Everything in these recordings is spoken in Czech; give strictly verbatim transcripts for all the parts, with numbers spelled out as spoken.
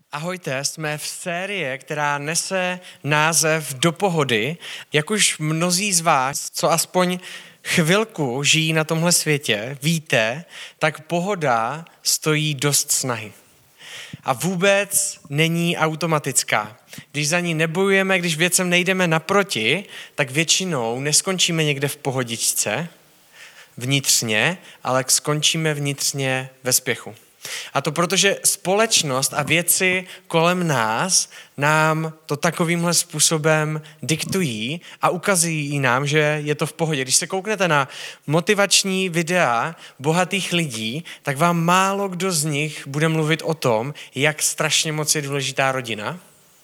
Ahojte, jsme v sérii, která nese název Do pohody. Jak už mnozí z vás, co aspoň chvilku žijí na tomhle světě, víte, tak pohoda stojí dost snahy. A vůbec není automatická. Když za ní nebojujeme, když věcem nejdeme naproti, tak většinou neskončíme někde v pohodičce vnitřně, ale skončíme vnitřně ve spěchu. A to proto, že společnost a věci kolem nás nám to takovýmhle způsobem diktují a ukazují nám, že je to v pohodě. Když se kouknete na motivační videa bohatých lidí, tak vám málo kdo z nich bude mluvit o tom, jak strašně moc je důležitá rodina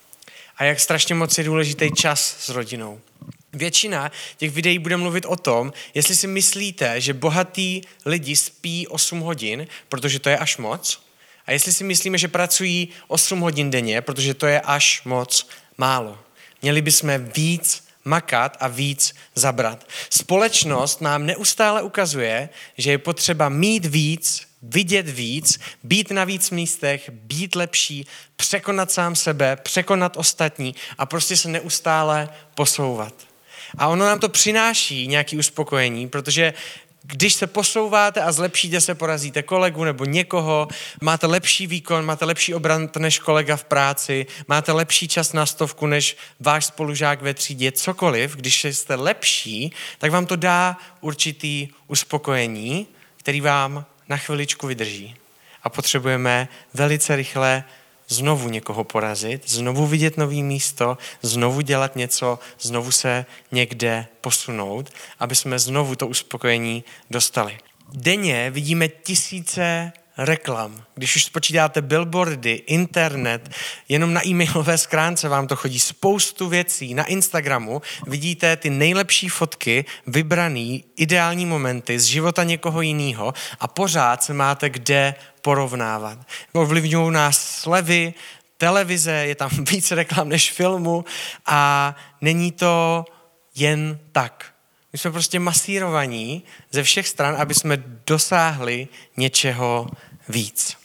a jak strašně moc je důležitý čas s rodinou. Většina těch videí bude mluvit o tom, jestli si myslíte, že bohatý lidi spí osm hodin, protože to je až moc, a jestli si myslíme, že pracují osm hodin denně, protože to je až moc málo. Měli bychom víc makat a víc zabrat. Společnost nám neustále ukazuje, že je potřeba mít víc, vidět víc, být na víc místech, být lepší, překonat sám sebe, překonat ostatní a prostě se neustále posouvat. A ono nám to přináší nějaké uspokojení, protože když se posouváte a zlepšíte se, porazíte kolegu nebo někoho, máte lepší výkon, máte lepší obrat než kolega v práci, máte lepší čas na stovku než váš spolužák ve třídě, cokoliv, když jste lepší, tak vám to dá určitý uspokojení, který vám na chviličku vydrží. A potřebujeme velice rychle znovu někoho porazit, znovu vidět nový místo, znovu dělat něco, znovu se někde posunout, aby jsme znovu to uspokojení dostali. Denně vidíme tisíce reklam. Když už spočítáte billboardy, internet, jenom na e-mailové schránce vám to chodí spoustu věcí. Na Instagramu vidíte ty nejlepší fotky, vybraný ideální momenty z života někoho jiného a pořád se máte kde porovnávat. Ovlivňují nás slevy, televize, je tam víc reklam než filmu a není to jen tak. My jsme prostě masírovaní ze všech stran, aby jsme dosáhli něčeho víc.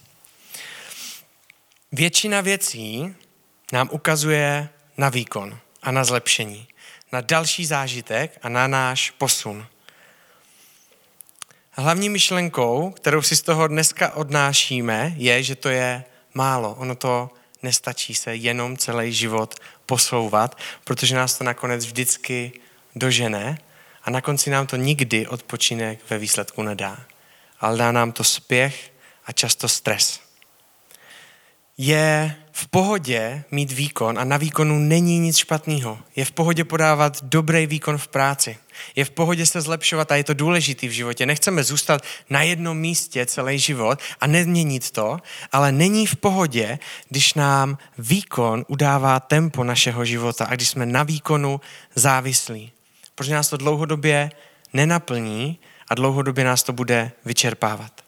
Většina věcí nám ukazuje na výkon a na zlepšení, na další zážitek a na náš posun. Hlavní myšlenkou, kterou si z toho dneska odnášíme, je, že to je málo. Ono to nestačí se jenom celý život posouvat, protože nás to nakonec vždycky dožene a na konci nám to nikdy odpočinek ve výsledku nedá. Ale dá nám to spěch a často stres. Je v pohodě mít výkon a na výkonu není nic špatného. Je v pohodě podávat dobrý výkon v práci. Je v pohodě se zlepšovat a je to důležitý v životě. Nechceme zůstat na jednom místě celý život a neměnit to, ale není v pohodě, když nám výkon udává tempo našeho života a když jsme na výkonu závislí. Protože nás to dlouhodobě nenaplní a dlouhodobě nás to bude vyčerpávat.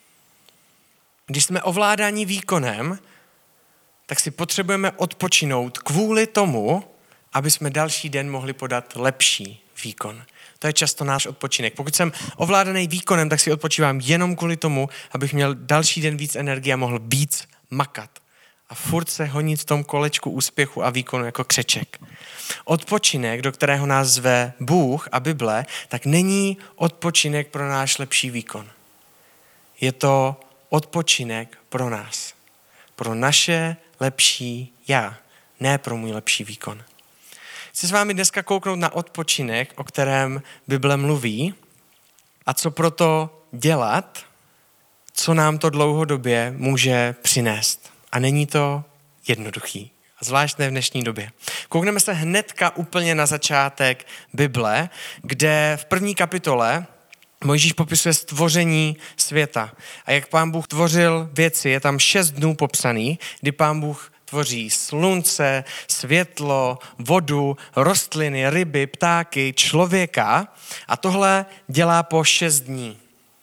Když jsme ovládáni výkonem, tak si potřebujeme odpočinout kvůli tomu, aby jsme další den mohli podat lepší výkon. To je často náš odpočinek. Pokud jsem ovládaný výkonem, tak si odpočívám jenom kvůli tomu, abych měl další den víc energie a mohl víc makat. A furt se honit v tom kolečku úspěchu a výkonu jako křeček. Odpočinek, do kterého nás zve Bůh a Bible, tak není odpočinek pro náš lepší výkon. Je to odpočinek pro nás. Pro naše lepší já, ne pro můj lepší výkon. Chci s vámi dneska kouknout na odpočinek, o kterém Bible mluví a co proto dělat, co nám to dlouhodobě může přinést. A není to jednoduchý, zvlášť ne v dnešní době. Koukneme se hnedka úplně na začátek Bible, kde v první kapitole Mojžíš popisuje stvoření světa. A jak Pán Bůh tvořil věci, je tam šest dnů popsaný, kdy Pán Bůh tvoří slunce, světlo, vodu, rostliny, ryby, ptáky, člověka a tohle dělá po šest dní.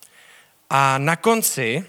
A na konci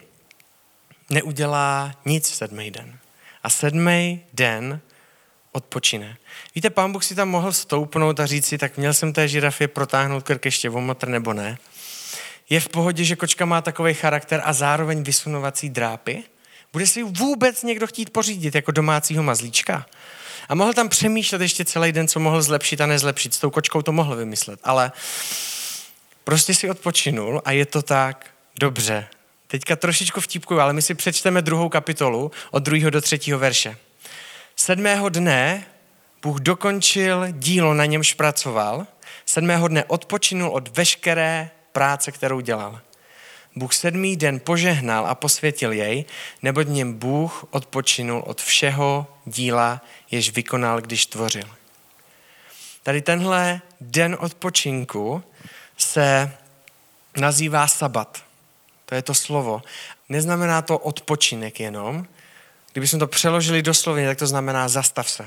neudělá nic sedmý den. A sedmý den odpočine. Víte, Pán Bůh si tam mohl stoupnout a říct si, tak měl jsem té žirafě protáhnout krk ještě o metr nebo ne. Je v pohodě, že kočka má takový charakter a zároveň vysunovací drápy? Bude si vůbec někdo chtít pořídit jako domácího mazlíčka? A mohl tam přemýšlet ještě celý den, co mohl zlepšit a nezlepšit. S tou kočkou to mohl vymyslet, ale prostě si odpočinul a je to tak dobře. Teďka trošičku vtipkuju, ale my si přečteme druhou kapitolu od druhého do třetího verše. Sedmého dne Bůh dokončil dílo, na němž pracoval. Sedmého dne odpočinul od veškeré práce, kterou dělal. Bůh sedmý den požehnal a posvětil jej, neboť v něm Bůh odpočinul od všeho díla, jež vykonal, když tvořil. Tady tenhle den odpočinku se nazývá sabat. To je to slovo. Neznamená to odpočinek jenom. Kdybychom to přeložili doslovně, tak to znamená zastav se.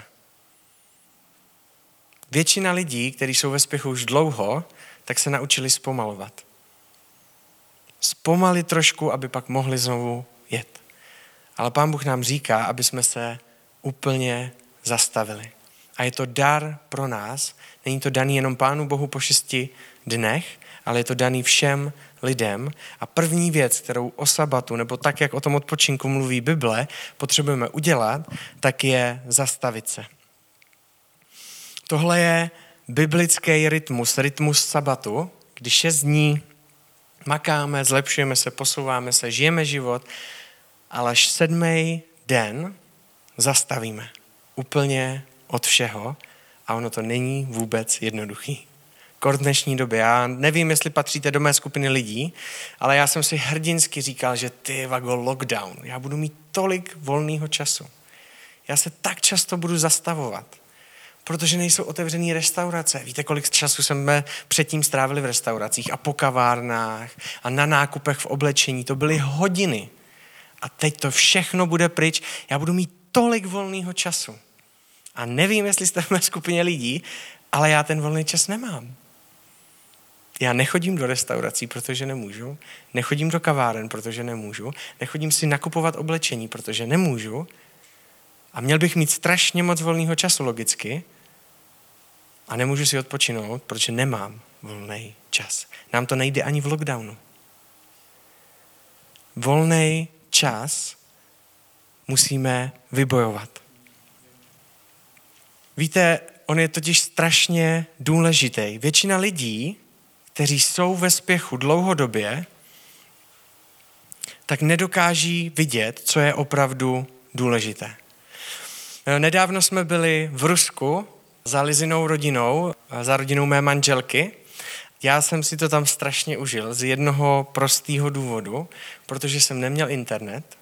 Většina lidí, kteří jsou ve spěchu už dlouho, tak se naučili zpomalovat. Zpomalit trošku, aby pak mohli znovu jet. Ale Pán Bůh nám říká, aby jsme se úplně zastavili. A je to dar pro nás. Není to daný jenom Pánu Bohu po šesti dnech, ale je to daný všem lidem. A první věc, kterou o sabatu, nebo tak, jak o tom odpočinku mluví Bible, potřebujeme udělat, tak je zastavit se. Tohle je biblický rytmus, rytmus sabatu, kdy šest dní makáme, zlepšujeme se, posouváme se, žijeme život, ale až sedmý den zastavíme úplně od všeho a ono to není vůbec jednoduchý. Kor dnešní době. Já nevím, jestli patříte do mé skupiny lidí, ale já jsem si hrdinsky říkal, že ty vago lockdown. Já budu mít tolik volného času. Já se tak často budu zastavovat, protože nejsou otevřený restaurace. Víte, kolik času jsme předtím strávili v restauracích a po kavárnách a na nákupech v oblečení. To byly hodiny. A teď to všechno bude pryč. Já budu mít tolik volného času. A nevím, jestli jste v mé skupině lidí, ale já ten volný čas nemám. Já nechodím do restaurací, protože nemůžu. Nechodím do kaváren, protože nemůžu. Nechodím si nakupovat oblečení, protože nemůžu. A měl bych mít strašně moc volného času logicky a nemůžu si odpočinout, protože nemám volný čas. Nám to nejde ani v lockdownu. Volný čas musíme vybojovat. Víte, on je totiž strašně důležitý. Většina lidí, kteří jsou ve spěchu dlouhodobě, tak nedokáží vidět, co je opravdu důležité. Nedávno jsme byli v Rusku za Lizinou rodinou, za rodinou mé manželky. Já jsem si to tam strašně užil z jednoho prostého důvodu, protože jsem neměl internet.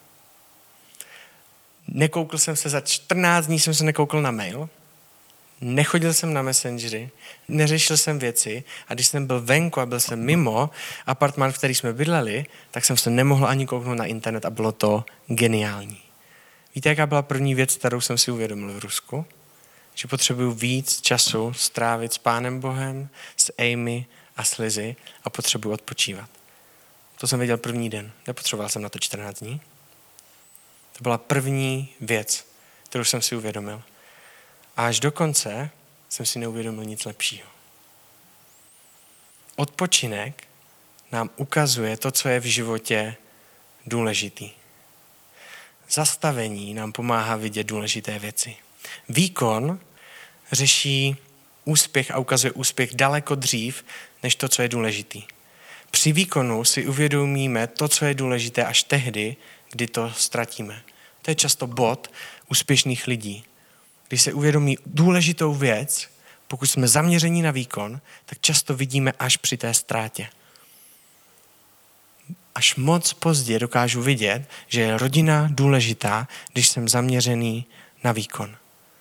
Nekoukl jsem se za čtrnáct dní, jsem se nekoukl na mail. Nechodil jsem na messengery, neřešil jsem věci a když jsem byl venku a byl jsem mimo apartmán, v který jsme bydleli, tak jsem se nemohl ani kouknout na internet a bylo to geniální. Víte, jaká byla první věc, kterou jsem si uvědomil v Rusku? Že potřebuju víc času strávit s Pánem Bohem, s Amy a s Lizy a potřebuju odpočívat. To jsem věděl první den. Nepotřeboval jsem na to čtrnáct dní. To byla první věc, kterou jsem si uvědomil. A až do konce jsem si neuvědomil nic lepšího. Odpočinek nám ukazuje to, co je v životě důležitý. Zastavení nám pomáhá vidět důležité věci. Výkon řeší úspěch a ukazuje úspěch daleko dřív, než to, co je důležitý. Při výkonu si uvědomíme to, co je důležité až tehdy, kdy to ztratíme. To je často bod úspěšných lidí. Když se uvědomí důležitou věc, pokud jsme zaměření na výkon, tak často vidíme až při té ztrátě. Až moc pozdě dokážu vidět, že je rodina důležitá, když jsem zaměřený na výkon.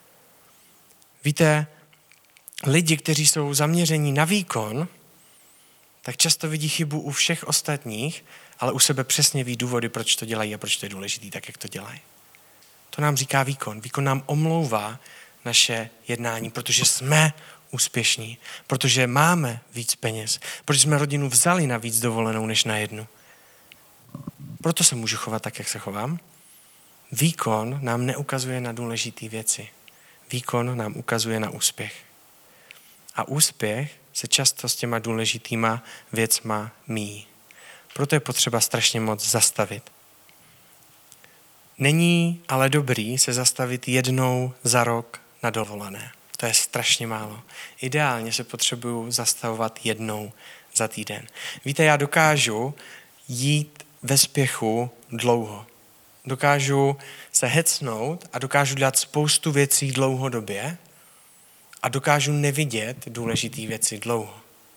Víte, lidi, kteří jsou zaměření na výkon, tak často vidí chybu u všech ostatních, ale u sebe přesně ví důvody, proč to dělají a proč to je důležitý, tak jak to dělají. To nám říká výkon. Výkon nám omlouvá naše jednání, protože jsme úspěšní, protože máme víc peněz, protože jsme rodinu vzali na víc dovolenou než na jednu. Proto se můžu chovat tak, jak se chovám. Výkon nám neukazuje na důležité věci. Výkon nám ukazuje na úspěch. A úspěch se často s těma důležitýma věcma míjí. Proto je potřeba strašně moc zastavit. Není ale dobrý se zastavit jednou za rok na dovolené. To je strašně málo. Ideálně se potřebuju zastavovat jednou za týden. Víte, já dokážu jít ve spěchu dlouho. Dokážu se hecnout a dokážu dělat spoustu věcí dlouhodobě a dokážu nevidět důležité věci dlouho.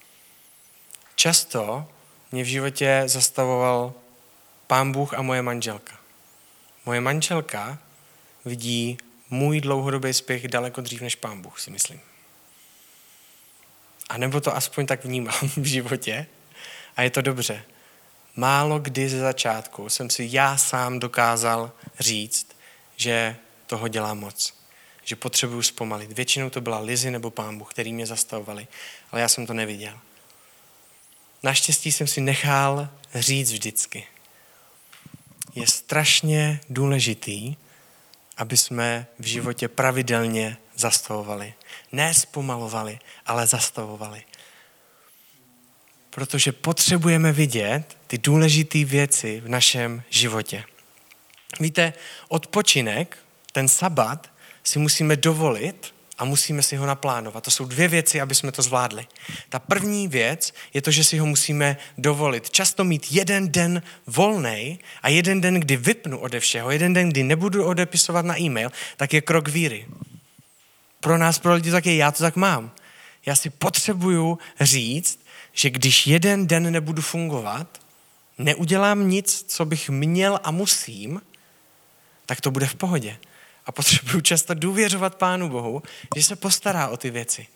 Často mě v životě zastavoval Pán Bůh a moje manželka. Moje manželka vidí můj dlouhodobý spěch daleko dřív než Pán Bůh, si myslím. A nebo to aspoň tak vnímám v životě a je to dobře. Málo kdy ze začátku jsem si já sám dokázal říct, že toho dělám moc. Že potřebuju zpomalit. Většinou to byla Lizy nebo Pán Bůh, který mě zastavovali, ale já jsem to neviděl. Naštěstí jsem si nechal říct vždycky. Je strašně důležitý, aby jsme v životě pravidelně zastavovali. Ne zpomalovali, ale zastavovali. Protože potřebujeme vidět ty důležité věci v našem životě. Víte, odpočinek, ten sabat, si musíme dovolit a musíme si ho naplánovat. To jsou dvě věci, aby jsme to zvládli. Ta první věc je to, že si ho musíme dovolit. Často mít jeden den volnej a jeden den, kdy vypnu ode všeho, jeden den, kdy nebudu odepisovat na e-mail, tak je krok víry. Pro nás, pro lidi, tak je, já to tak mám. Já si potřebuju říct, že když jeden den nebudu fungovat, neudělám nic, co bych měl a musím, tak to bude v pohodě. A potřebuju často důvěřovat Pánu Bohu, že se postará o ty věci.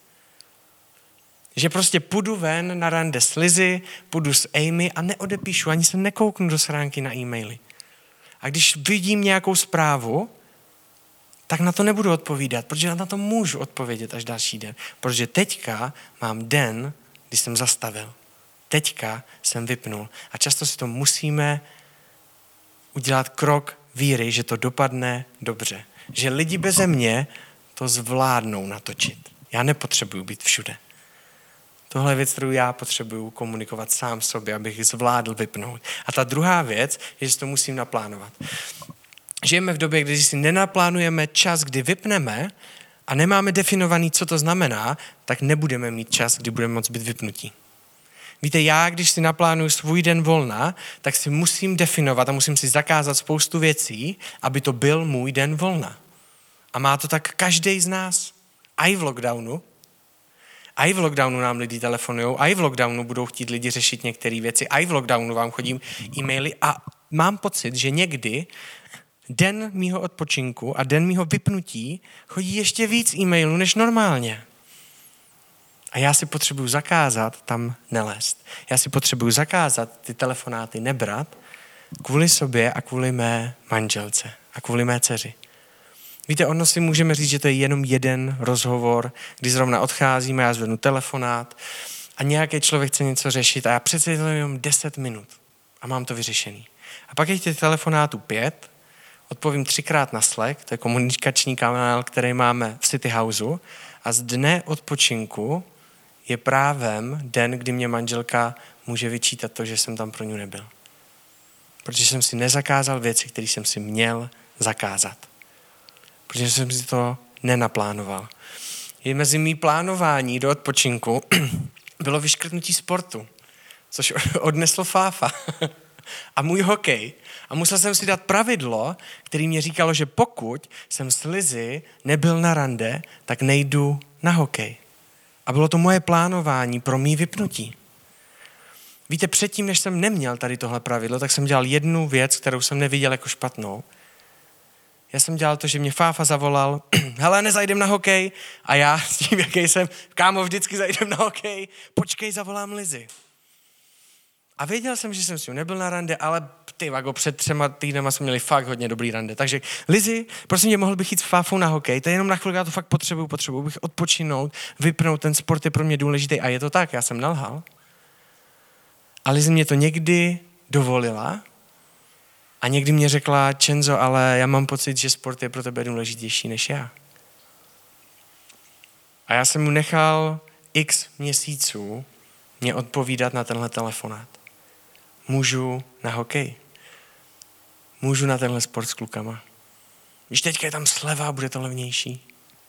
Že prostě půjdu ven na rande s Lizy, půjdu s Amy a neodepíšu, ani se nekouknu do schránky na e-maily. A když vidím nějakou zprávu, tak na to nebudu odpovídat, protože na to můžu odpovědět až další den. Protože teďka mám den, kdy jsem zastavil. Teďka jsem vypnul. A často si to musíme udělat krok víry, že to dopadne dobře. Že lidi beze mě to zvládnou natočit. Já nepotřebuju být všude. Tohle je věc, kterou já potřebuju komunikovat sám sobě, abych zvládl vypnout. A ta druhá věc je, že to musím naplánovat. Žijeme v době, kdy si nenaplánujeme čas, kdy vypneme a nemáme definovaný, co to znamená, tak nebudeme mít čas, kdy budeme moct být vypnutí. Víte, já, když si naplánuju svůj den volna, tak si musím definovat a musím si zakázat spoustu věcí, aby to byl můj den volna. A má to tak každý z nás. A i v lockdownu. A i v lockdownu nám lidi telefonujou. A i v lockdownu budou chtít lidi řešit některé věci. A i v lockdownu vám chodím e-maily. A mám pocit, že někdy den mýho odpočinku a den mýho vypnutí chodí ještě víc e-mailů než normálně. A já si potřebuju zakázat tam nelézt. Já si potřebuju zakázat ty telefonáty nebrat kvůli sobě a kvůli mé manželce a kvůli mé dceři. Víte, ono si můžeme říct, že to je jenom jeden rozhovor, kdy zrovna odcházíme, já zvednu telefonát a nějaký člověk chce něco řešit a já přece to jenom deset minut a mám to vyřešený. A pak je těch telefonátů pět, odpovím třikrát na Slack, to je komunikační kanál, který máme v City Houseu a z dne odpočinku je právem den, kdy mě manželka může vyčítat to, že jsem tam pro ní nebyl. Protože jsem si nezakázal věci, které jsem si měl zakázat. Protože jsem si to nenaplánoval. Je mezi mý plánování do odpočinku bylo vyškrtnutí sportu, což odneslo Fáfa a můj hokej. A musel jsem si dát pravidlo, které mě říkalo, že pokud jsem s Lizy nebyl na rande, tak nejdu na hokej. A bylo to moje plánování pro mý vypnutí. Víte, předtím, než jsem neměl tady tohle pravidlo, tak jsem dělal jednu věc, kterou jsem neviděl jako špatnou. Já jsem dělal to, že mě Fáfa zavolal, hele, nezajdem na hokej. A já s tím, jaký jsem, kámo, vždycky zajdem na hokej, počkej, zavolám Lizy. A věděl jsem, že jsem s ním nebyl na rande, ale ty vago, před třema týdnama jsme měli fakt hodně dobrý rande. Takže Lizy, prosím tě, mohl bych jít s Fáfou na hokej, to je jenom na chvilku, já to fakt potřebuju, potřebuju bych odpočinout, vypnout, ten sport je pro mě důležitý. A je to tak, já jsem nelhal. A Lizy mě to někdy dovolila a někdy mě řekla, Čenzo, ale já mám pocit, že sport je pro tebe důležitější než já. A já jsem mu nechal x měsíců mě odpovídat na tenhle telefonát. Můžu na hokej? můžu na tenhle sport s klukama. Víš, teďka je tam sleva, bude to levnější.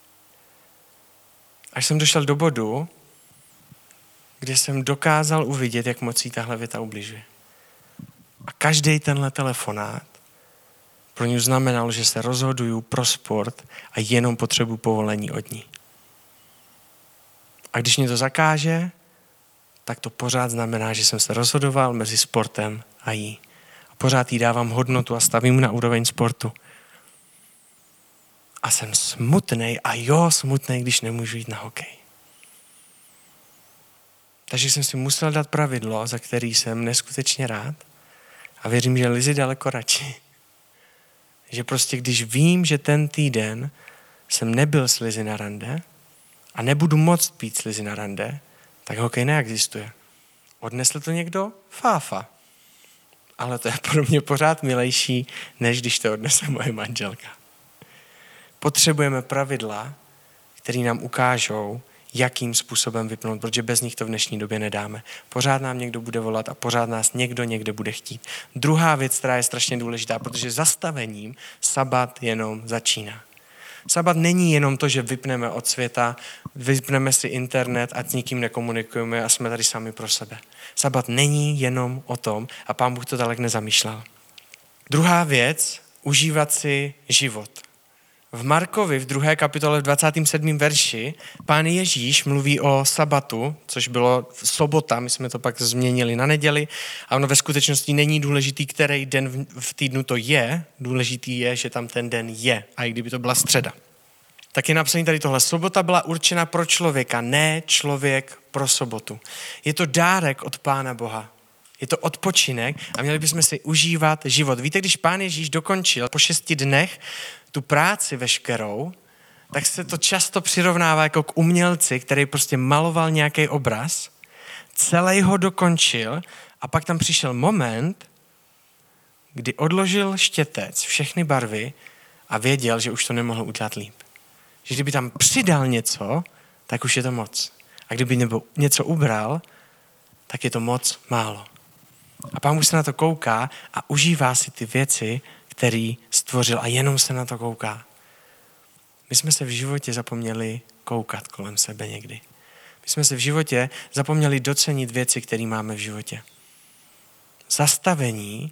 Až jsem došel do bodu, kde jsem dokázal uvidět, jak moc jí tahle věta ubližuje. A každý tenhle telefonát pro ní znamenal, že se rozhoduju pro sport a jenom potřebuji povolení od ní. A když mě to zakáže, tak to pořád znamená, že jsem se rozhodoval mezi sportem a jí. A pořád jí dávám hodnotu a stavím na úroveň sportu. A jsem smutnej a jo, smutnej, když nemůžu jít na hokej. Takže jsem si musel dát pravidlo, za který jsem neskutečně rád a věřím, že Lizi daleko radši. Že prostě když vím, že ten týden jsem nebyl s Lizi na rande a nebudu moct být s Lizi na rande, tak hokej neexistuje. Odnesl to někdo? Fáfa. Ale to je pro mě pořád milejší, než když to odnese moje manželka. Potřebujeme pravidla, které nám ukážou, jakým způsobem vypnout, protože bez nich to v dnešní době nedáme. Pořád nám někdo bude volat a pořád nás někdo někde bude chtít. Druhá věc, která je strašně důležitá, protože zastavením sabat jenom začíná. Sabat není jenom to, že vypneme od světa, vypneme si internet a s nikým nekomunikujeme a jsme tady sami pro sebe. Sabat není jenom o tom a Pán Bůh to dalek nezamýšlel. Druhá věc, užívat si život. V Markovi v druhé kapitole v dvacátém sedmém verši Pán Ježíš mluví o sabatu, což bylo sobota, my jsme to pak změnili na neděli a ono ve skutečnosti není důležitý, který den v týdnu to je, důležitý je, že tam ten den je, a i kdyby to byla středa. Tak je napsaný tady tohle. Sobota byla určena pro člověka, ne člověk pro sobotu. Je to dárek od Pána Boha. Je to odpočinek a měli bychom si užívat život. Víte, když Pán Ježíš dokončil po šesti dnech tu práci veškerou, tak se to často přirovnává jako k umělci, který prostě maloval nějaký obraz, celý ho dokončil a pak tam přišel moment, kdy odložil štětec, všechny barvy a věděl, že už to nemohl udělat líp. Že kdyby tam přidal něco, tak už je to moc. A kdyby nebo něco ubral, tak je to moc málo. A Pán Bůh se na to kouká a užívá si ty věci, který stvořil a jenom se na to kouká. My jsme se v životě zapomněli koukat kolem sebe někdy. My jsme se v životě zapomněli docenit věci, které máme v životě. Zastavení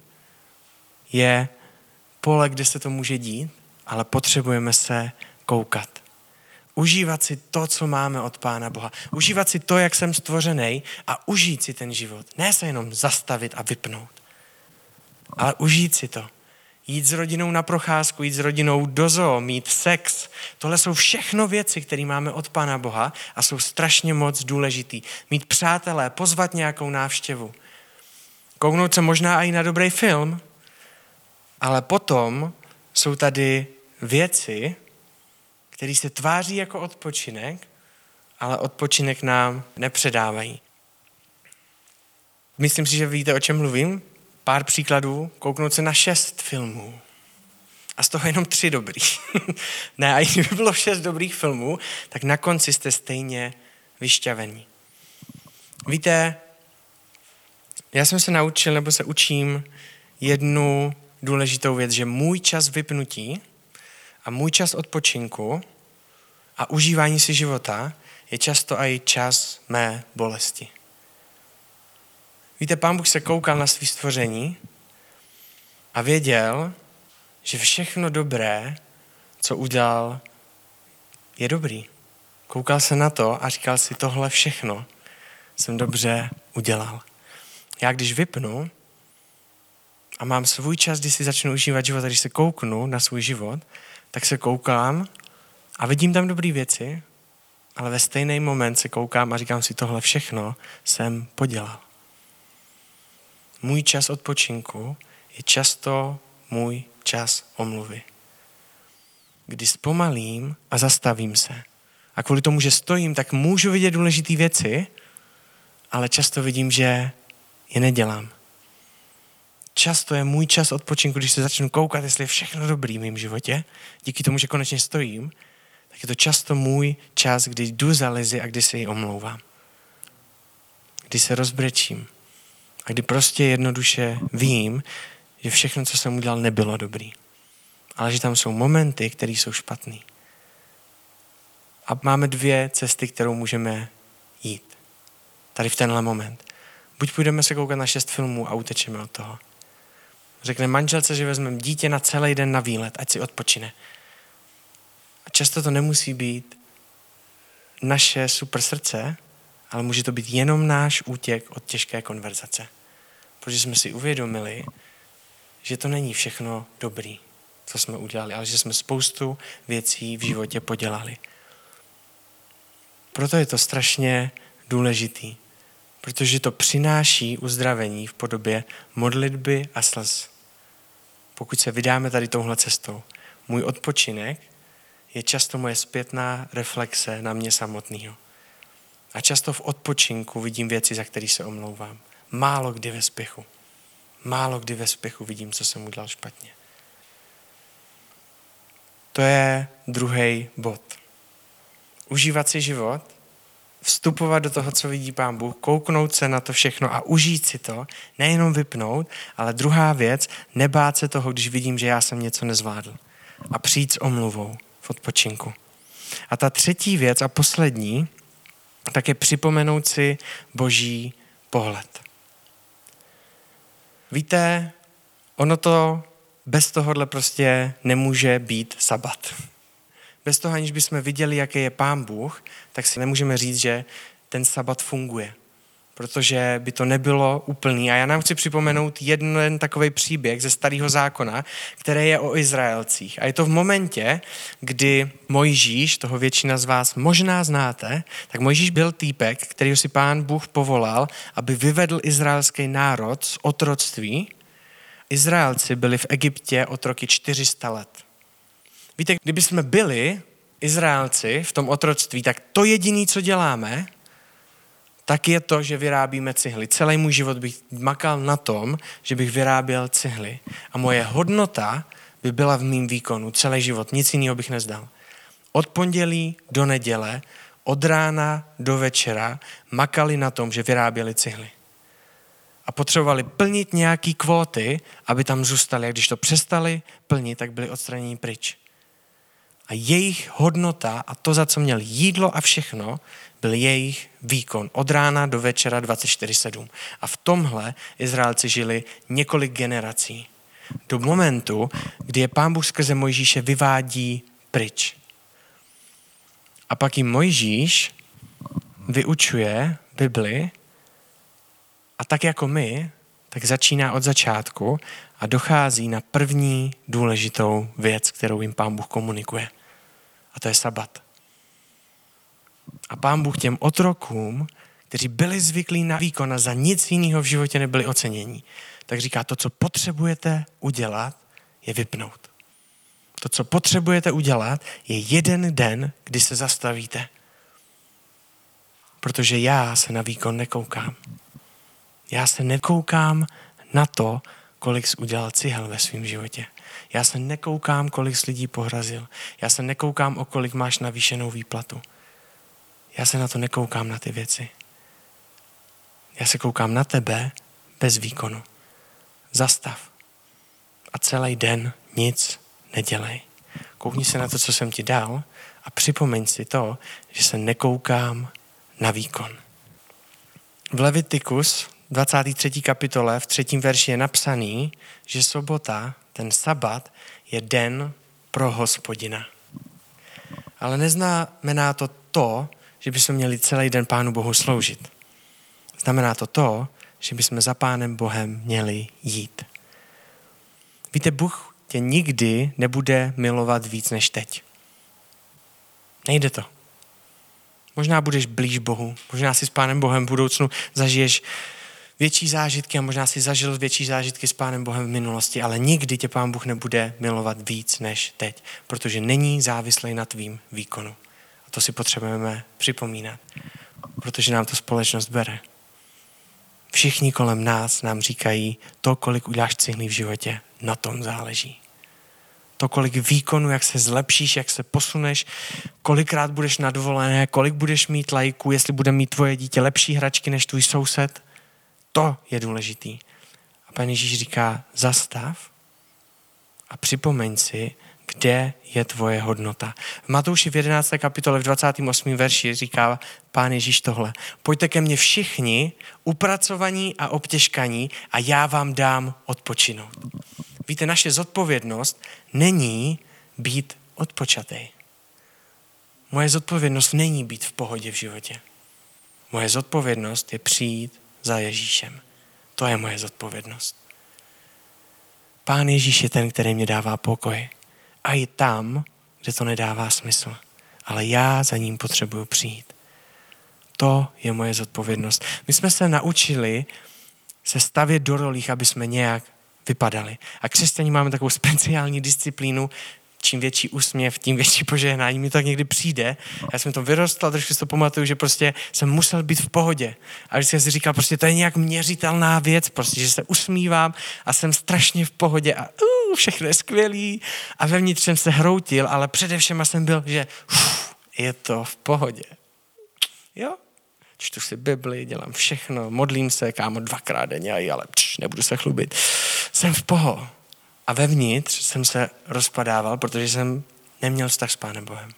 je pole, kde se to může dít, ale potřebujeme se koukat. Užívat si to, co máme od Pána Boha. Užívat si to, jak jsem stvořený a užít si ten život. Ne se jenom zastavit a vypnout, ale užít si to. Jít s rodinou na procházku, jít s rodinou do zoo, mít sex. Tohle jsou všechno věci, které máme od Pána Boha a jsou strašně moc důležitý. Mít přátelé, pozvat nějakou návštěvu. Kouknout se možná i na dobrý film, ale potom jsou tady věci, které se tváří jako odpočinek, ale odpočinek nám nepředávají. Myslím si, že víte, o čem mluvím. Pár příkladů, kouknout se na šest filmů. A z toho jenom tři dobrý. Ne, a kdyby bylo šest dobrých filmů, tak na konci jste stejně vyšťavení. Víte, já jsem se naučil, nebo se učím jednu důležitou věc, že můj čas vypnutí a můj čas odpočinku a užívání si života je často i čas mé bolesti. Víte, Pán Bůh se koukal na svý stvoření a věděl, že všechno dobré, co udělal, je dobrý. Koukal se na to a říkal si, tohle všechno jsem dobře udělal. Já když vypnu a mám svůj čas, kdy si začnu užívat život, a když se kouknu na svůj život, tak se koukám a vidím tam dobré věci, ale ve stejný moment se koukám a říkám si, tohle všechno jsem podělal. Můj čas odpočinku je často můj čas omluvy. Kdy zpomalím a zastavím se. A kvůli tomu, že stojím, tak můžu vidět důležité věci, ale často vidím, že je nedělám. Často je můj čas odpočinku, když se začnu koukat, jestli je všechno dobrý v mém životě, díky tomu, že konečně stojím, tak je to často můj čas, kdy jdu za Lizi a kdy se jí omlouvám. Kdy se rozbrečím. A kdy prostě jednoduše vím, že všechno, co jsem udělal, nebylo dobrý. Ale že tam jsou momenty, které jsou špatný. A máme dvě cesty, kterou můžeme jít. Tady v tenhle moment. Buď půjdeme se koukat na šest filmů a utečeme od toho. Řekne manželce, že vezmeme dítě na celý den na výlet, ať si odpočine. A často to nemusí být naše super srdce, ale může to být jenom náš útěk od těžké konverzace. Protože jsme si uvědomili, že to není všechno dobrý, co jsme udělali, ale že jsme spoustu věcí v životě podělali. Proto je to strašně důležitý, protože to přináší uzdravení v podobě modlitby a slz. Pokud se vydáme tady touhle cestou, můj odpočinek je často moje zpětná reflexe na mě samotného. A často v odpočinku vidím věci, za které se omlouvám. Málo kdy ve spěchu. Málo kdy ve spěchu vidím, co jsem udělal špatně. To je druhý bod. Užívat si život, vstupovat do toho, co vidí Pán Bůh, kouknout se na to všechno a užít si to, nejenom vypnout, ale druhá věc, nebát se toho, když vidím, že já jsem něco nezvládl. A přijít s omluvou v odpočinku. A ta třetí věc a poslední, tak je připomenout si Boží pohled. Víte, ono to bez tohohle prostě nemůže být sabat. Bez toho, aniž bychom viděli, jaký je Pán Bůh, tak si nemůžeme říct, že ten sabat funguje. Protože by to nebylo úplný. A já nám chci připomenout jeden takový příběh ze Starého zákona, který je o Izraelcích. A je to v momentě, kdy Mojžíš, toho většina z vás možná znáte, tak Mojžíš byl týpek, kterýho si Pán Bůh povolal, aby vyvedl izraelský národ z otroctví. Izraelci byli v Egyptě otroky čtyři sta let. Víte, kdyby jsme byli Izraelci v tom otroctví, tak to jediné, co děláme, tak je to, že vyrábíme cihly. Celý můj život bych makal na tom, že bych vyráběl cihly. A moje hodnota by byla v mým výkonu. Celý život. Nic jiného bych nezdal. Od pondělí do neděle, od rána do večera makali na tom, že vyráběli cihly. A potřebovali plnit nějaký kvóty, aby tam zůstali. A když to přestali plnit, tak byli odstraněni pryč. A jejich hodnota a to, za co měl jídlo a všechno, byl jejich výkon od rána do večera dvacet čtyři sedm. A v tomhle Izraelci žili několik generací. Do momentu, kdy je Pán Bůh skrze Mojžíše vyvádí pryč. A pak jim Mojžíš vyučuje Bibli a tak jako my, tak začíná od začátku a dochází na první důležitou věc, kterou jim Pán Bůh komunikuje. A to je sabat. A Pán Bůh těm otrokům, kteří byli zvyklí na výkon a za nic jiného v životě nebyli oceněni, tak říká, to, co potřebujete udělat, je vypnout. To, co potřebujete udělat, je jeden den, kdy se zastavíte. Protože já se na výkon nekoukám. Já se nekoukám na to, kolik jsi udělal cihel ve svém životě. Já se nekoukám, kolik jsi lidí pohrazil. Já se nekoukám, o kolik máš navýšenou výplatu. Já se na to nekoukám, na ty věci. Já se koukám na tebe bez výkonu. Zastav. A celý den nic nedělej. Koukni se na to, co jsem ti dal a připomeň si to, že se nekoukám na výkon. V Levitikus dvacáté třetí kapitole v třetím verši je napsaný, že sobota, ten sabat, je den pro Hospodina. Ale neznamená to to, že bychom měli celý den Pánu Bohu sloužit. Znamená to to, že bychom za Pánem Bohem měli jít. Víte, Bůh tě nikdy nebude milovat víc než teď. Nejde to. Možná budeš blíž Bohu, možná si s Pánem Bohem v budoucnu zažiješ větší zážitky a možná si zažil větší zážitky s Pánem Bohem v minulosti, ale nikdy tě Pán Bůh nebude milovat víc než teď, protože není závislý na tvým výkonu. A to si potřebujeme připomínat, protože nám to společnost bere. Všichni kolem nás nám říkají, to, kolik uděláš cihlí v životě, na tom záleží. To, kolik výkonu, jak se zlepšíš, jak se posuneš, kolikrát budeš na dovolené, kolik budeš mít lajků, jestli bude mít tvoje dítě lepší hračky než tvůj soused, to je důležitý. A Pán Ježíš říká, zastav a připomeň si, kde je tvoje hodnota. V Matouši v jedenácté kapitole v dvacátém osmém verši říká Pán Ježíš tohle. Pojďte ke mně všichni, upracovaní a obtěžkaní a já vám dám odpočinout. Víte, naše zodpovědnost není být odpočatý. Moje zodpovědnost není být v pohodě v životě. Moje zodpovědnost je přijít za Ježíšem. To je moje zodpovědnost. Pán Ježíš je ten, který mě dává pokoj. A i tam, kde to nedává smysl. Ale já za ním potřebuju přijít. To je moje zodpovědnost. My jsme se naučili se stavět do rolích, aby jsme nějak vypadali. A křesťaní máme takovou speciální disciplínu, čím větší úsměv, tím větší požehnání. Mi to tak někdy přijde. Já jsem to vyrostl a trošku si to pamatuju, že prostě jsem musel být v pohodě. A když jsem si říkal, prostě to je nějak měřitelná věc, prostě, že se usmívám a jsem strašně v pohodě a uh, všechno je skvělý. A vevnitř jsem se hroutil, ale především jsem byl, že uf, je to v pohodě. Jo? Čtu si Bibli, dělám všechno, modlím se, kámo, dvakrát denně, ale pš, nebudu se chlubit. Jsem v poho. A vevnitř jsem se rozpadával, protože jsem neměl vztah s Pánem Bohem.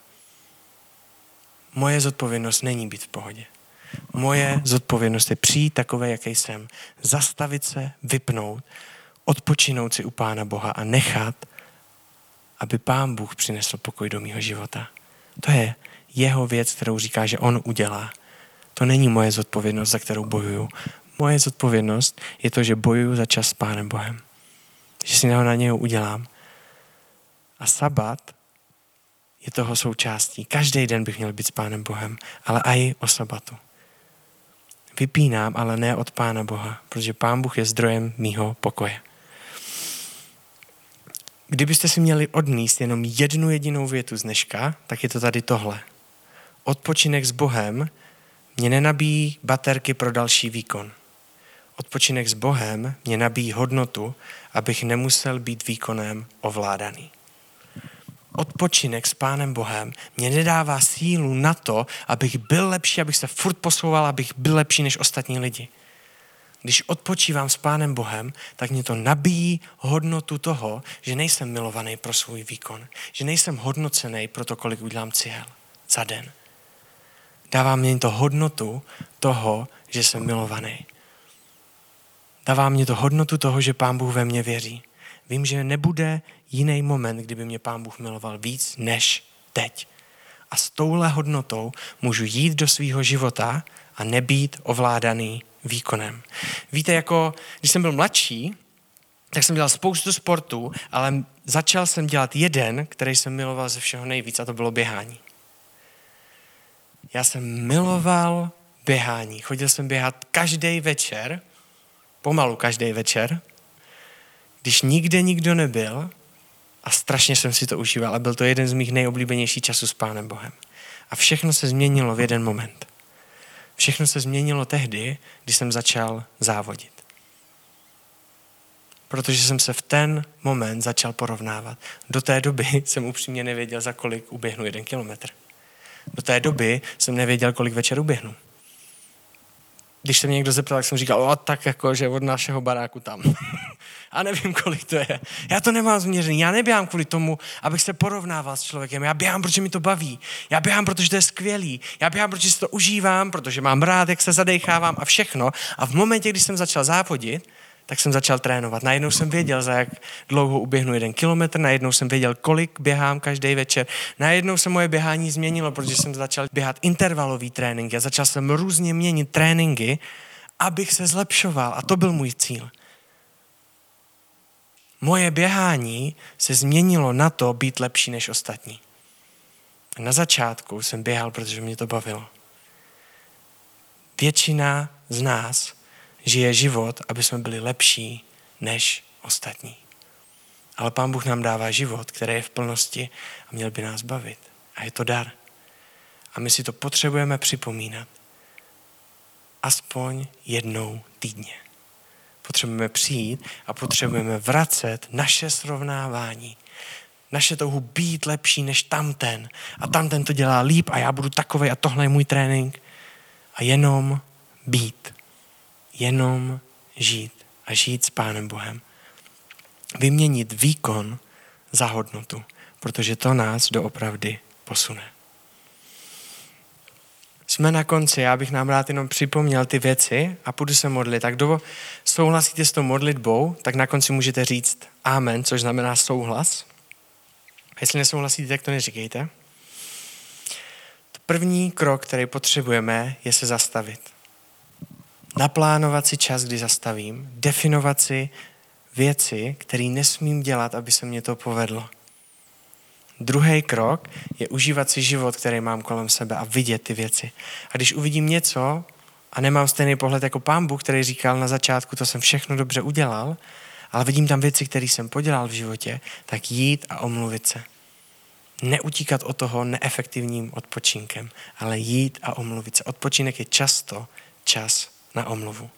Moje zodpovědnost není být v pohodě. Moje zodpovědnost je přijít takové, jaký jsem. Zastavit se, vypnout, odpočinout si u Pána Boha a nechat, aby Pán Bůh přinesl pokoj do mýho života. To je jeho věc, kterou říká, že on udělá. To není moje zodpovědnost, za kterou bojuju. Moje zodpovědnost je to, že bojuju za čas s Pánem Bohem. Že si na něho udělám. A sabat je toho součástí. Každý den bych měl být s Pánem Bohem, ale i o sabatu. Vypínám, ale ne od Pána Boha, protože Pán Bůh je zdrojem mýho pokoje. Kdybyste si měli odníst jenom jednu jedinou větu z dneška, tak je to tady tohle. Odpočinek s Bohem mě nenabíjí baterky pro další výkon. Odpočinek s Bohem mě nabíjí hodnotu, abych nemusel být výkonem ovládaný. Odpočinek s Pánem Bohem mě nedává sílu na to, abych byl lepší, abych se furt posouval, abych byl lepší než ostatní lidi. Když odpočívám s Pánem Bohem, tak mě to nabíjí hodnotu toho, že nejsem milovaný pro svůj výkon, že nejsem hodnocený pro to, kolik udělám cihel za den. Dává mě to hodnotu toho, že jsem milovaný. Dává mě to hodnotu toho, že Pán Bůh ve mně věří. Vím, že nebude jiný moment, kdyby mě Pán Bůh miloval víc než teď. A s touhle hodnotou můžu jít do svýho života a nebýt ovládaný výkonem. Víte, jako když jsem byl mladší, tak jsem dělal spoustu sportů, ale začal jsem dělat jeden, který jsem miloval ze všeho nejvíc, a to bylo běhání. Já jsem miloval běhání. Chodil jsem běhat každý večer, pomalu každý večer, když nikde nikdo nebyl, a strašně jsem si to užíval a byl to jeden z mých nejoblíbenějších časů s Pánem Bohem. A všechno se změnilo v jeden moment. Všechno se změnilo tehdy, když jsem začal závodit. Protože jsem se v ten moment začal porovnávat. Do té doby jsem upřímně nevěděl, za kolik uběhnu jeden kilometr. Do té doby jsem nevěděl, kolik večer uběhnu. Když se mě někdo zeptal, tak jsem říkal, o, tak jako, že od našeho baráku tam. A nevím, kolik to je. Já to nemám změřený. Já neběhám kvůli tomu, abych se porovnával s člověkem. Já běhám, protože mi to baví. Já běhám, protože to je skvělý. Já běhám, protože si to užívám, protože mám rád, jak se zadechávám a všechno. A v momentě, kdy jsem začal závodit, tak jsem začal trénovat. Najednou jsem věděl, za jak dlouho uběhnu jeden kilometr, najednou jsem věděl, kolik běhám každý večer. Najednou se moje běhání změnilo, protože jsem začal běhat intervalový tréninky a začal jsem různě měnit tréninky, abych se zlepšoval. A to byl můj cíl. Moje běhání se změnilo na to být lepší než ostatní. Na začátku jsem běhal, protože mě to bavilo. Většina z nás žije život, aby jsme byli lepší než ostatní. Ale Pán Bůh nám dává život, který je v plnosti a měl by nás bavit. A je to dar. A my si to potřebujeme připomínat. Aspoň jednou týdně. Potřebujeme přijít a potřebujeme vracet naše srovnávání. Naše touhu být lepší než tamten. A tamten to dělá líp a já budu takovej a tohle je můj trénink. A jenom být. Jenom žít. a žít s Pánem Bohem. Vyměnit výkon za hodnotu, protože to nás doopravdy posune. Jsme na konci, já bych nám rád jenom připomněl ty věci a půjdu se modlit. Tak kdo souhlasíte s tou modlitbou, tak na konci můžete říct amen, což znamená souhlas. A jestli nesouhlasíte, tak to neříkejte. První krok, který potřebujeme, je se zastavit. Naplánovat si čas, kdy zastavím, definovat si věci, které nesmím dělat, aby se mě to povedlo. Druhý krok je užívat si život, který mám kolem sebe a vidět ty věci. A když uvidím něco a nemám stejný pohled jako Pán Bůh, který říkal na začátku, to jsem všechno dobře udělal, ale vidím tam věci, které jsem podělal v životě, tak jít a omluvit se. Neutíkat od toho neefektivním odpočinkem, ale jít a omluvit se. Odpočinek je často čas na omluvu.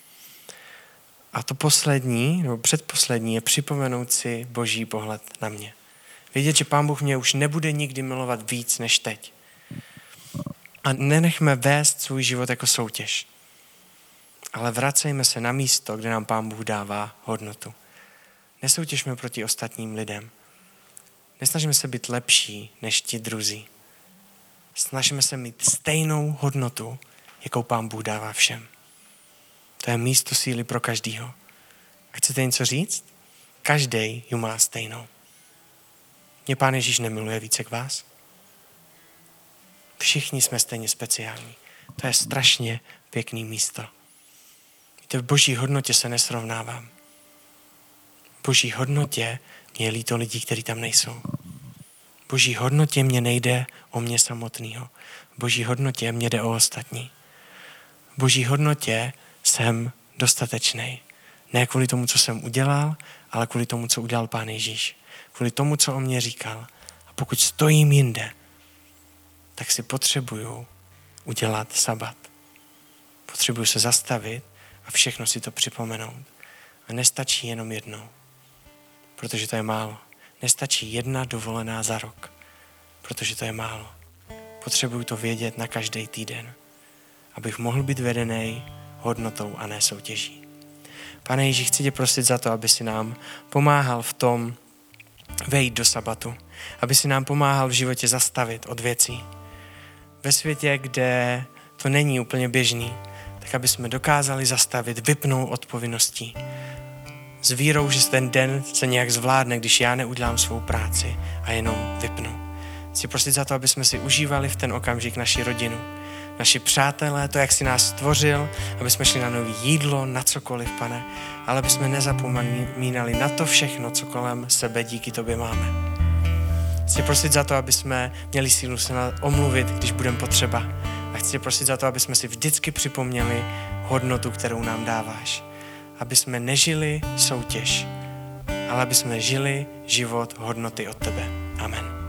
A to poslední, nebo předposlední, je připomenout si Boží pohled na mě. Vědět, že Pán Bůh mě už nebude nikdy milovat víc než teď. A nenechme vést svůj život jako soutěž. Ale vracejme se na místo, kde nám Pán Bůh dává hodnotu. Nesoutěžme proti ostatním lidem. Nesnažíme se být lepší než ti druzí. Snažíme se mít stejnou hodnotu, jakou Pán Bůh dává všem. To je místo síly pro každýho. A chcete něco říct? Každý ju má stejnou. Mě Pán Ježíš nemiluje více k vás? Všichni jsme stejně speciální. To je strašně pěkný místo. Víte, v Boží hodnotě se nesrovnávám. V Boží hodnotě mě je líto lidí, kteří tam nejsou. V Boží hodnotě mě nejde o mě samotného. V Boží hodnotě mě jde o ostatní. V Boží hodnotě jsem dostatečný. Ne kvůli tomu, co jsem udělal, ale kvůli tomu, co udělal Pán Ježíš. Kvůli tomu, co o mě říkal. A pokud stojím jinde, tak si potřebuju udělat sabat. Potřebuju se zastavit a všechno si to připomenout. A nestačí jenom jednou, protože to je málo. Nestačí jedna dovolená za rok, protože to je málo. Potřebuju to vědět na každý týden, abych mohl být vedený hodnotou a ne soutěží. Pane Ježíš, chci tě prosit za to, aby si nám pomáhal v tom vejít do sabatu, aby si nám pomáhal v životě zastavit od věcí. Ve světě, kde to není úplně běžný, tak aby jsme dokázali zastavit, vypnout od povinností. S vírou, že ten den se nějak zvládne, když já neudělám svou práci a jenom vypnu. Chci prosit za to, aby jsme si užívali v ten okamžik naši rodinu, naši přátelé, to, jak jsi nás stvořil, aby jsme šli na nový jídlo, na cokoliv, Pane, ale aby jsme nezapomínali na to všechno, co kolem sebe díky tobě máme. Chci prosit za to, aby jsme měli sílu se omluvit, když budeme potřeba. A chci prosit za to, aby jsme si vždycky připomněli hodnotu, kterou nám dáváš. Aby jsme nežili soutěž, ale aby jsme žili život hodnoty od tebe. Amen.